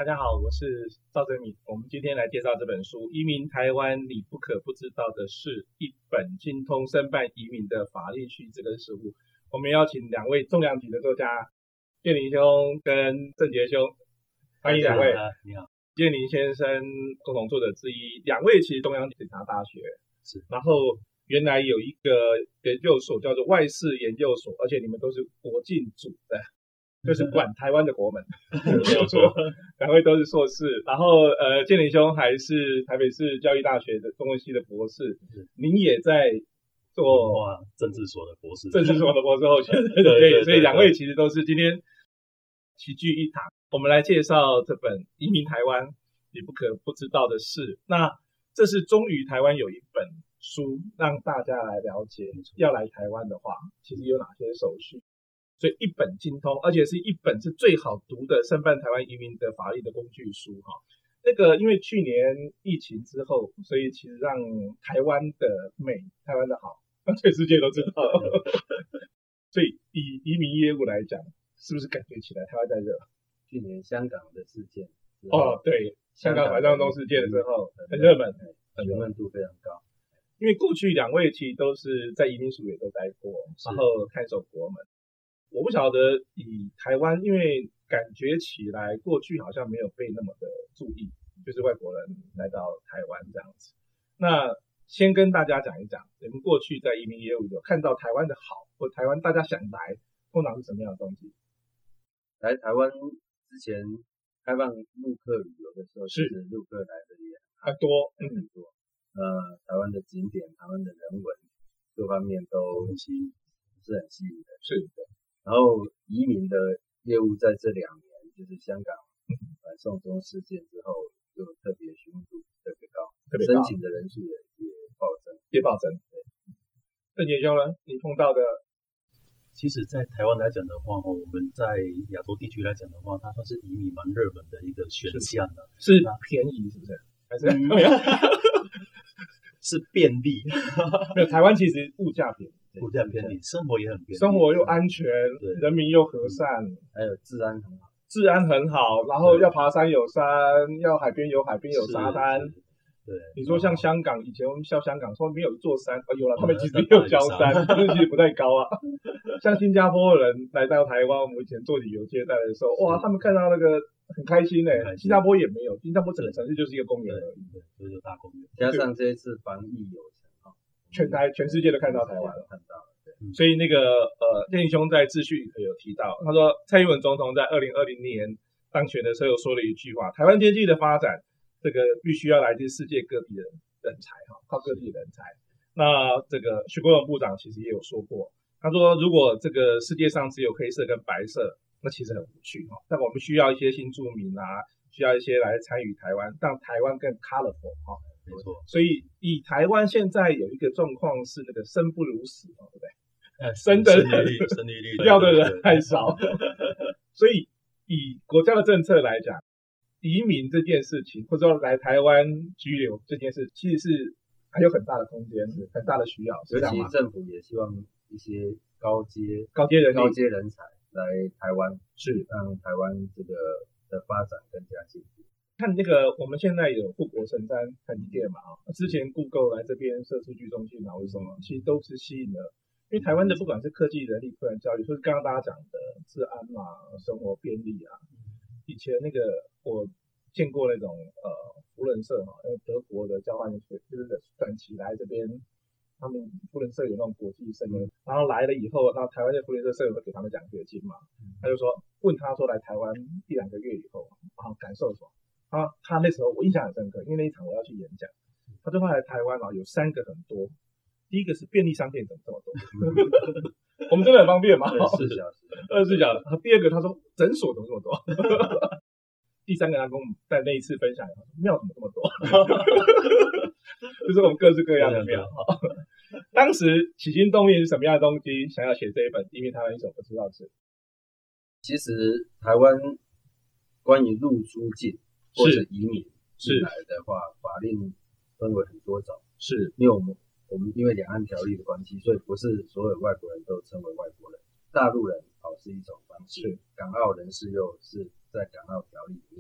大家好，我是赵正敏。我们今天来介绍这本书《移民台湾你不可不知道的事》，一本精通申办移民的法律须知跟实务。我们邀请两位重量级的作家，建林兄跟郑杰兄，欢迎两位。 你好。 建林先生共同作者之一，两位其实东洋警察大学是， 然后原来有一个研究所叫做外事研究所，而且你们都是国境组的。就是管台湾的国门， 没有错， 两位都是硕士，然后建林兄还是台北市教育大学的中文系的博士，您也在做政治所的博士， 后期，对，所以两位其实都是今天齐聚一堂，我们来介绍这本《移民台湾你不可不知道的事》。那这是终于台湾有一本书让大家来了解，要来台湾的话，其实有哪些手续。所以一本精通，而且是一本是最好读的申办台湾移民的法律的工具书哈。那个因为去年疫情之后，所以其实让台湾的美、台湾的好，全世界都知道了。所以以移民业务来讲，是不是感觉起来台湾在热？ 去年香港的事件对，香港反送中事件的时候很热门， 询问度非常高。 因为过去两位其实都是在移民署也都待过，然后看守国门。我不晓得以台湾，因为感觉起来过去好像没有被那么的注意，就是外国人来到台湾这样子。那先跟大家讲一讲，你们过去在移民业务有看到台湾的好，或台湾大家想来，通常是什么样的东西？ 来台湾之前开放陆客旅游的时候，其实陆客来的也很多， 很多。台湾的景点、台湾的人文各方面都是很吸引的， 是的。然后移民的业务在这2年，就是香港反送中事件之后，就特别询问度特别高，申请的人数也暴增。 对。郑杰兄呢？你碰到的？ 其实，在台湾来讲的话，我们在亚洲地区来讲的话，它算是移民蛮热门的一个选项的。 是便宜是不是？还是是便利？ 没有，台湾其实物价便宜。 生活也很便利， 生活又安全，人民又和善， 还有治安很好，然后要爬山有山，要海边有海边有沙滩。 对， 你说像香港，以前我们笑香港说没有一座山，有了，他们其实也有礁山，但是其实不太高啊。像新加坡的人来到台湾，我们以前做旅游接待的时候，哇，他们看到那个很开心新加坡也没有，新加坡整个城市就是一个公园而已， 就是大公园。 加上这一次防疫有成， 全世界都看到台湾了， 看到了。 所以那个建林兄在秩序有提到，他说蔡英文总统在2020年当选的时候有说了一句话，台湾经济的发展，这个必须要来自世界各地的人才靠各地的人才。那这个徐国勇部长其实也有说过，他说如果这个世界上只有黑色跟白色，那其实很无趣但我们需要一些新住民需要一些来参与台湾，让台湾更 colorful 没错。 所以以台湾现在有一个状况是那个生不如死对不对？生的人生育率要的人太少，所以以国家的政策来讲，移民这件事情，或者说来台湾居留这件事，其实是还有很大的空间，很大的需要。 尤其政府也希望一些高阶人才来台湾，是让台湾这个的发展更加进步。 看那个我们现在有富国神山餐店嘛之前 Google 来这边设数据中心或者什么，其实都是吸引了。因为台湾的不管是科技、人力、个人教育，就是刚刚大家讲的治安生活便利以前那个我见过那种福伦社德国的交换学，就是短期来这边，他们福伦社有那种国际生源，然后来了以后，然后台湾的福伦社社友会给他们奖学金嘛，他就说问他说来台湾1-2个月以后感受什么？他那时候我印象很深刻，因为那一场我要去演讲，他说他来台湾有3个很多。第一个是便利商店怎么这么多？我们真的很方便嘛？24小时。第二个他说诊所怎么这么多？第3个他跟我们在那一次分享，庙怎么这么多？就是我们各式各样的庙。当时起心动念是什么样的动机，想要写这一本《移民台湾一手不知道的事》？ 其实台湾关于入出境或者移民进来的话，法令分为很多种。 是因为我们因为两岸条例的关系，所以不是所有外国人都称为外国人，大陆人是一种方式，港澳人士又是在港澳条例里面，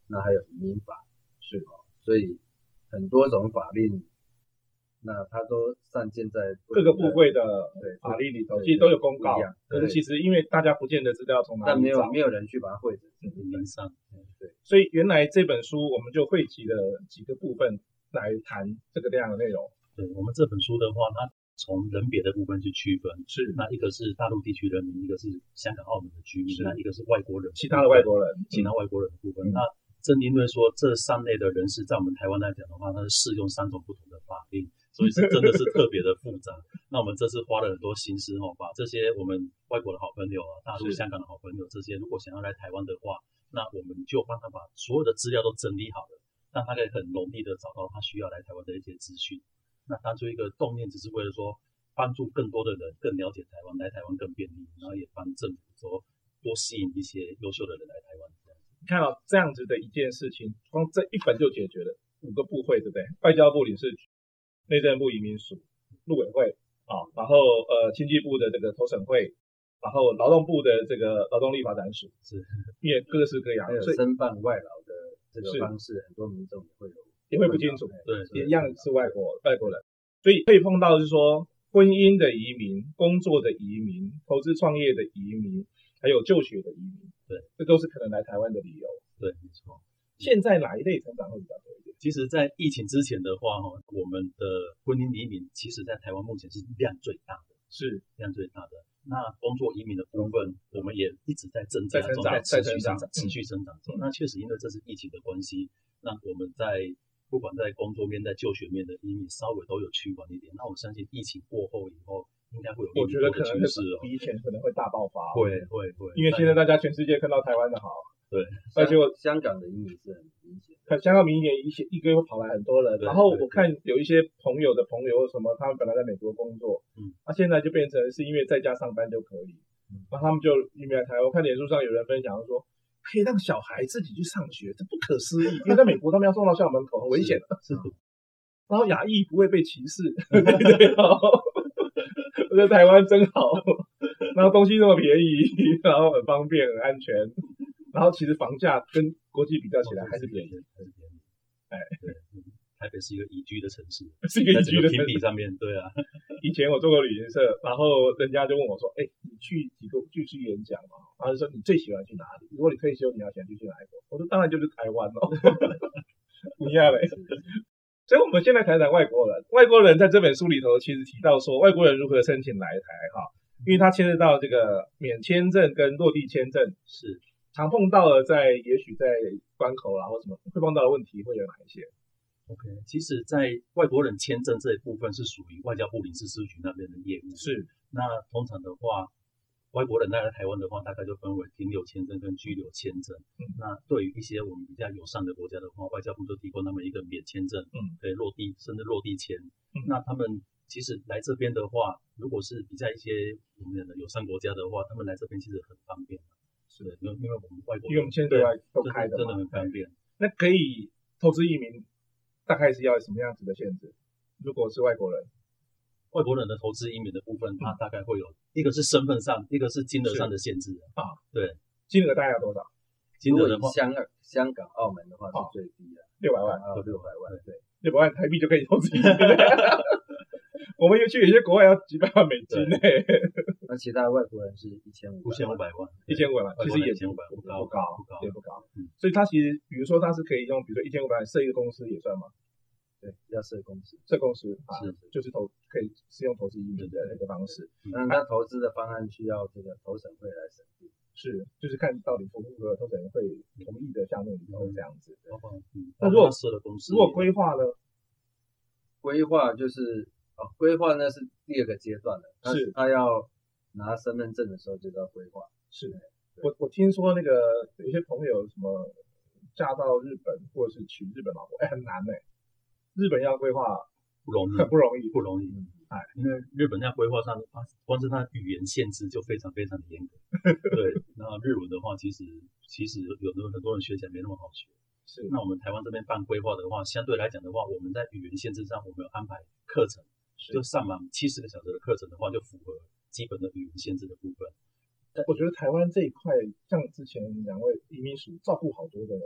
那还有移民法， 是所以很多种法令，那它都散见在各个部会的法律里头，其实都有公告，可是其实因为大家不见得知道从哪里找， 但没有人去把它汇整成名上。 对， 所以原来这本书我们就汇集了几个部分来谈这个样的内容。 对，我们这本书的话，它从人别的部分去区分， 是那一个是大陆地区人民，一个是香港、澳门的居民，那一个是外国人， 其他的外国人， 其他外国人的部分。那正因为说这3类的人士在我们台湾来讲的话，它是适用3种不同的法令，所以是真的是特别的复杂。那我们这次花了很多心思把这些我们外国的好朋友啊，大陆、香港的好朋友这些，如果想要来台湾的话，那我们就帮他把所有的资料都整理好了，让他可以很容易的找到他需要来台湾的一些资讯。那当初一个动念只是为了说帮助更多的人更了解台湾，来台湾更便利，然后也帮政府说多吸引一些优秀的人来台湾。 你看到这样子的一件事情，光这一本就解决了5个部会，对不对？外交部领事局、内政部移民署、陆委会然后经济部的这个投审会，然后劳动部的这个劳动力发展署， 是因为各式各样， 还有申办外劳的这个方式，很多民众也会不清楚， 对， 也一样是外国人，所以可以碰到就是说婚姻的移民、工作的移民、投资创业的移民，还有就学的移民， 对， 这都是可能来台湾的理由。 对，没错。 现在哪一类成长会比较多一点？ 其实，在疫情之前的话，我们的婚姻移民，其实在台湾目前是量最大的， 是量最大的。那工作移民的部分，我们也一直在增加中， 在持续增长中。那确实，因为这是疫情的关系，那我们不管在工作面、在就学面的移民稍微都有趋缓一点。那我相信疫情过后以后，应该会有我觉得可能趋势比以前可能会大爆发。 会， 因为现在大家全世界看到台湾的好。 对， 而且香港的移民是很明显， 香港明年一个月跑来很多人，然后我看有一些朋友的朋友什么，他们本来在美国工作，现在就变成是因为在家上班就可以，那他们就移民来台湾。我看脸书上有人分享说，可以让小孩自己去上学，这不可思议，因为在美国他们要送到校门口很危险的，然后亚裔不会被歧视，对我觉得台湾真好，然后东西那么便宜，然后很方便很安全。然后其实房价跟国际比较起来还是便宜， 对，台北是一个宜居的城市， 是一个宜居的城市。 评比上面，对啊。 以前我做过旅行社，然后人家就问我说：“你去几个去演讲嘛？”然后就说：“你最喜欢去哪里？如果你退休，你要想去哪一个？”我说：“当然就是台湾咯。”不一样嘞。所以我们现在谈谈外国人。外国人在这本书里头其实提到说，外国人如何申请来台因为他牵涉到这个免签证跟落地签证是。 常碰到的也许在关口或什么会碰到的问题会有哪一些 ？OK， 其实，在外国人签证这一部分是属于外交部领事事务局那边的业务。 是。 那通常的话，外国人来台湾的话，大概就分为停留签证跟居留签证。那对于一些我们比较友善的国家的话，外交部就提供他们一个免签证，可以落地甚至落地签。那他们其实来这边的话，如果是比较一些我们的友善国家的话，他们来这边其实很方便。是，因为我们外国人， 因为我们现在对外都开的， 真的很方便。 那可以投资移民，大概是要什么样子的限制？如果是外国人的投资移民的部分，它大概会有一个是身份上，一个是金额上的限制对， 金额大概要多少？ 金额的话，香港、澳门的话是最低的 ，600万到600万， 对，600万台币就可以投资移民。我们有些国外要几百万美金那其他外国人是1500 万 ，1500万，其实也不高，所以他其实，比如说他是可以用，比如说1500万设一个公司也算吗？ 对，要设公司就是可以使用投资移民的那个方式。 那他投资的方案需要这个投审会来审定， 就是看到底符不符合投审会同意的项目里头这样子。 那如果规划呢？ 规划就是规划那是第2个阶段了，他要拿身份证的时候就要规划。 我听说那个有些朋友什么嫁到日本或者是娶日本老婆，很难日本要规划不容易，因为日本在规划上，光是它的语言限制就非常非常的严格。对，那日文的话，其实有很多人学起来没那么好学。那我们台湾这边办规划的话，相对来讲的话，我们在语言限制上，我们有安排课程，就上满70个小时的课程的话，就符合基本的语言限制的部分。 我觉得台湾这一块，像之前2位移民署照顾好多的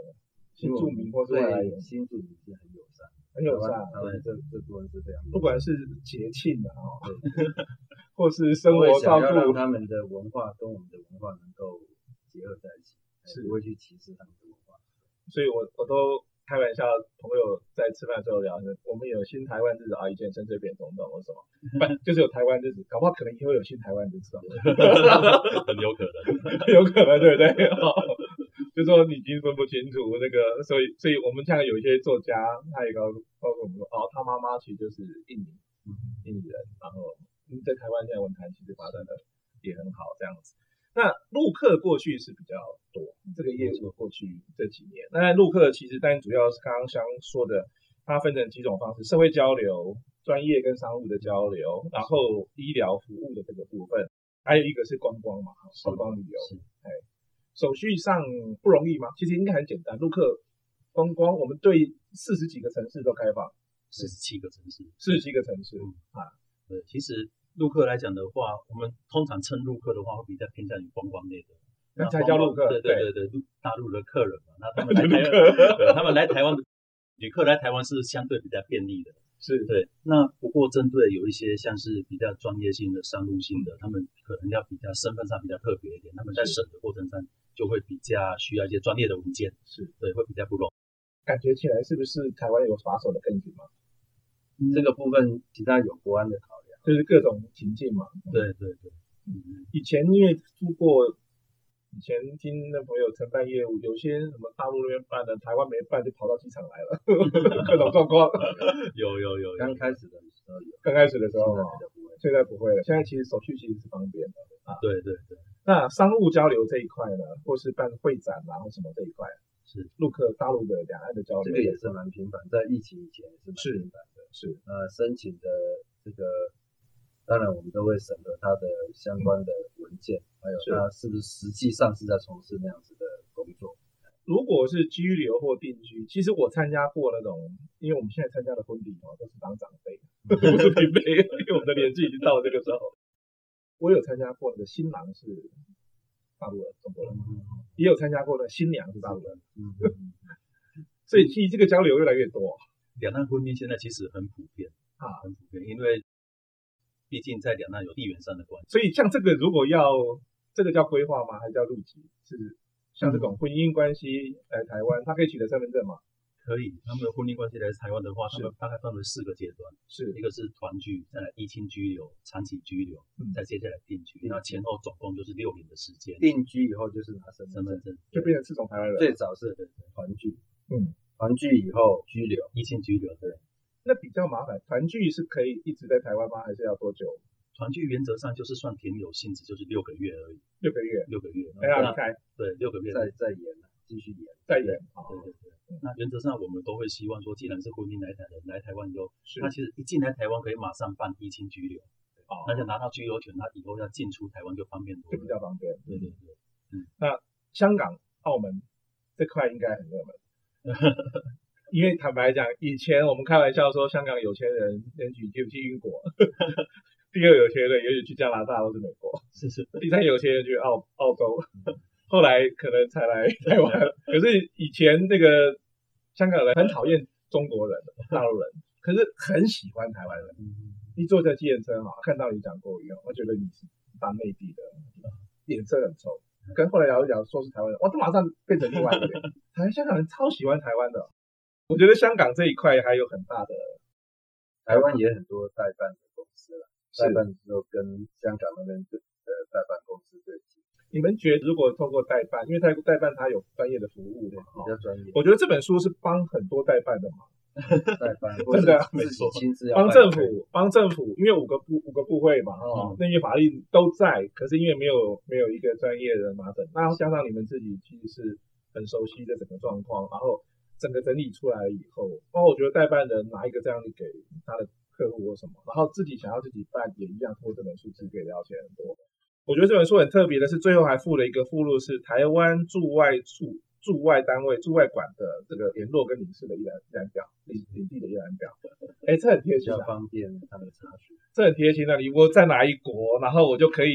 新住民或是外来人， 新住民是很友善， 很友善。 对，这部分是非常， 不管是节庆啊，或是生活照顾， 让他们的文化跟我们的文化能够结合在一起，是不会去歧视他们的文化。 所以我都开玩笑，朋友在吃饭的时候聊，我们有新台湾日子啊，以前陈水扁总统或什么，不就是有台湾日子，搞不好可能以后有新台湾日子哦， 很有可能， 有可能对不对？就说你已经分不清楚那个，所以我们像有一些作家，他也告诉我们说，他妈妈其实就是印尼人，然后在台湾现在文坛其实发展的也很好这样子。那陆客过去是比较多，这个业务过去这几年，那陆客其实但主要是刚刚想说的，它分成几种方式：社会交流、专业跟商务的交流，然后医疗服务的这个部分，还有一个是观光嘛，观光旅游。手续上不容易吗？其实应该很简单，陆客观光我们对40几个城市都开放 ，47个城市 ，47个城市对，其实陆客来讲的话，我们通常称陆客的话，会比较偏向于观光类的， 那才叫陆客。 对，大陆的客人嘛，那他们来台湾，他们来台湾，旅客来台湾是相对比较便利的。 是对，那不过针对有一些像是比较专业性的、商务性的，他们可能要比较身份上比较特别一点，他们在审的过程上就会比较需要一些专业的文件， 是对， 会比较不容易。 感觉起来是不是台湾有把守的更紧吗？ 这个部分其他有国安的考量， 就是各种情境嘛。 对， 以前因为出过。以前听那朋友承办业务，有些什么大陆那边办的，台湾没办就跑到机场来了，各种状况。 有。 刚开始的时候有， 刚开始的时候现在不会了。现在其实手续其实是方便的啊。 对。 那商务交流这一块呢，或是办会展啊或什么这一块， 是陆客大陆的两岸的交流， 这个也是蛮频繁，在疫情以前也是蛮频繁的。 是申请的这个。当然，我们都会审核它的相关的文件，还有它是不是实际上是在从事那样子的工作。 如果是居留或定居，其实我参加过那种，因为我们现在参加的婚礼都是当长辈，不是平辈，因为我们的年纪已经到这个时候。我有参加过的新郎是大陆人，中国人，也有参加过的新娘是大陆人，所以其实这个交流越来越多。 两岸婚姻现在其实很普遍很普遍，因为毕竟在两岸有地缘上的关系， 所以像这个如果这个叫规划吗？还是叫入籍？是像这种婚姻关系来台湾，他可以取得身份证吗？ 可以，他们的婚姻关系来台湾的话，他们大概分为4个阶段，一个是团聚，再来依亲居留、长期居留，再接下来定居，那前后总共就是6年的时间。 定居以后就是拿身份证， 就变成4种台湾人。 最早是团聚，团聚以后居留， 依亲居留，对。 那比较麻烦，团聚是可以一直在台湾吗？还是要多久？ 团聚原则上就是算停留性质，就是6个月而已。 6个月 ，6个月， 要离开。 对，6个月再延，继续延， 再延。 对。那原则上我们都会希望说，既然是婚姻来台湾以后，他其实一进来台湾可以马上办依亲居留，那就拿到居留权，他以后要进出台湾就方便多了， 就比较方便。 对。 那香港、澳门这块应该很热门。因为坦白讲，以前我们开玩笑说香港有钱人选举就去英国，第2有钱人也许去加拿大或是美国， 是， 第3有钱人去澳洲，后来可能才来台湾。可是以前那个香港人很讨厌中国人、大陆人，可是很喜欢台湾人。一坐在计程车看到你讲国语，我觉得你是当内地的，脸色很臭。跟后来聊一聊说是台湾人，他马上变成另外一个脸。香港人超喜欢台湾的。我觉得香港这一块还有很大的， 台湾也很多代办的公司了，代办之后跟香港那边的代办公司对接。 你们觉得如果透过代办，因为代办它有专业的服务， 比较专业。 我觉得这本书是帮很多代办的嘛， 代办真的没错，亲自帮政府，因为五个部会嘛，那些法律都在，可是因为没有一个专业的拿证，那加上你们自己其实是很熟悉的整个状况，然后整个整理出来以后，包括我觉得代办人拿一个这样子给他的客户或什么，然后自己想要自己办也一样，通过这本书其实可以了解很多。我觉得这本书很特别的是，最后还附了一个附录，是台湾驻外单位驻外馆的这个联络跟领事的一览表，领地的一览表。这很贴心， 比较方便他们查询。 这很贴心的，我在哪一国，然后我就可以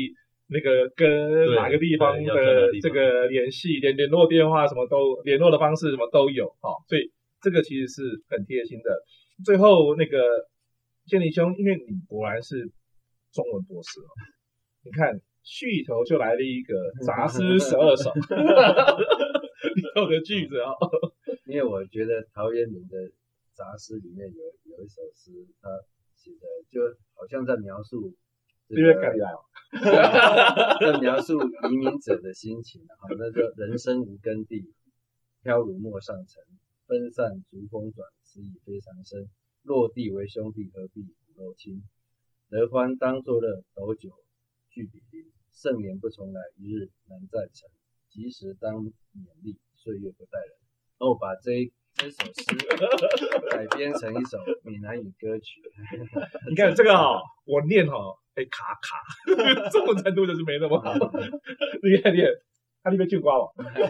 那个跟哪个地方的这个联系、联络电话什么都联络的方式什么都有，所以这个其实是很贴心的。最后那个建林兄，因为你果然是中文博士你看序里头就来了一个杂诗12首里头的句子因为我觉得陶渊明的杂诗里面有一首诗，他写的就好像在描述因为改来在描述移民者的心情那个人生无根地，飘如陌上尘，分散逐风转，思意非常深。落地为兄弟，何必骨肉亲？得欢当作乐，斗酒俱比邻。盛年不重来，一日难再晨。及时当勉励，岁月不待人。然后我把这首诗改编成一首闽南语歌曲。 你看这个我念卡卡，中文程度就是没那么好。你看，他那边就刮我。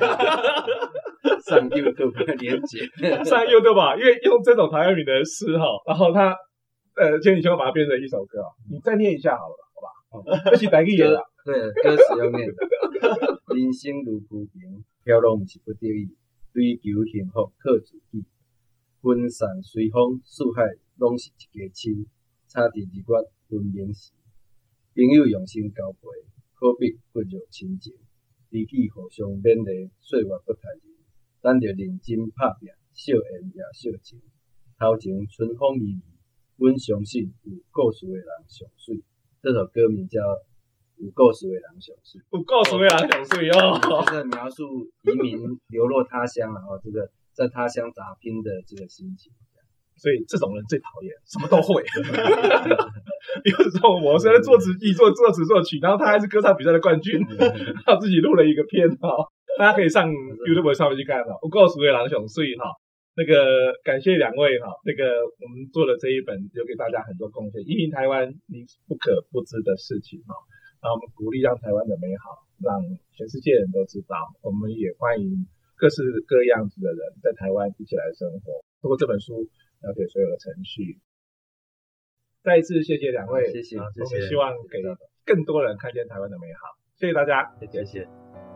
上 YouTube 连结， 上 YouTube 吧，因为用这种陶渊明的诗然后他千里兄把它变成一首歌你再念一下好了，好吧？这是台语的， 对，歌词用念的。人生如浮萍，飘拢不是不得已，追求幸福靠自己。分散随风，四海拢是一家亲。差伫日月分明时，朋友用心交陪，可比不辱亲情。知己互相勉励，岁月不待人。咱着认真拍拼，惜缘也惜情。头前春风微微，阮相信有故事的人上水。这首歌名叫《有故事的人上水》， 有故事的人上水就是描述移民流落他乡，然后这个在他乡打拼的这个心情。 所以这种人最讨厌，什么都会。有时候我虽然作词作曲，然后他还是歌唱比赛的冠军，他自己录了一个片大家可以上 YouTube 上面去看有故事的人上水那个感谢两位那个我们做了这一本，留给大家很多贡献。移民台湾你不可不知的事情然后我们鼓励让台湾的美好让全世界人都知道，我们也欢迎各式各样子的人在台湾一起来生活。通过这本书了解所有的程序。再一次谢谢两位， 谢谢， 我们希望给更多人看见台湾的美好。谢谢大家， 谢谢。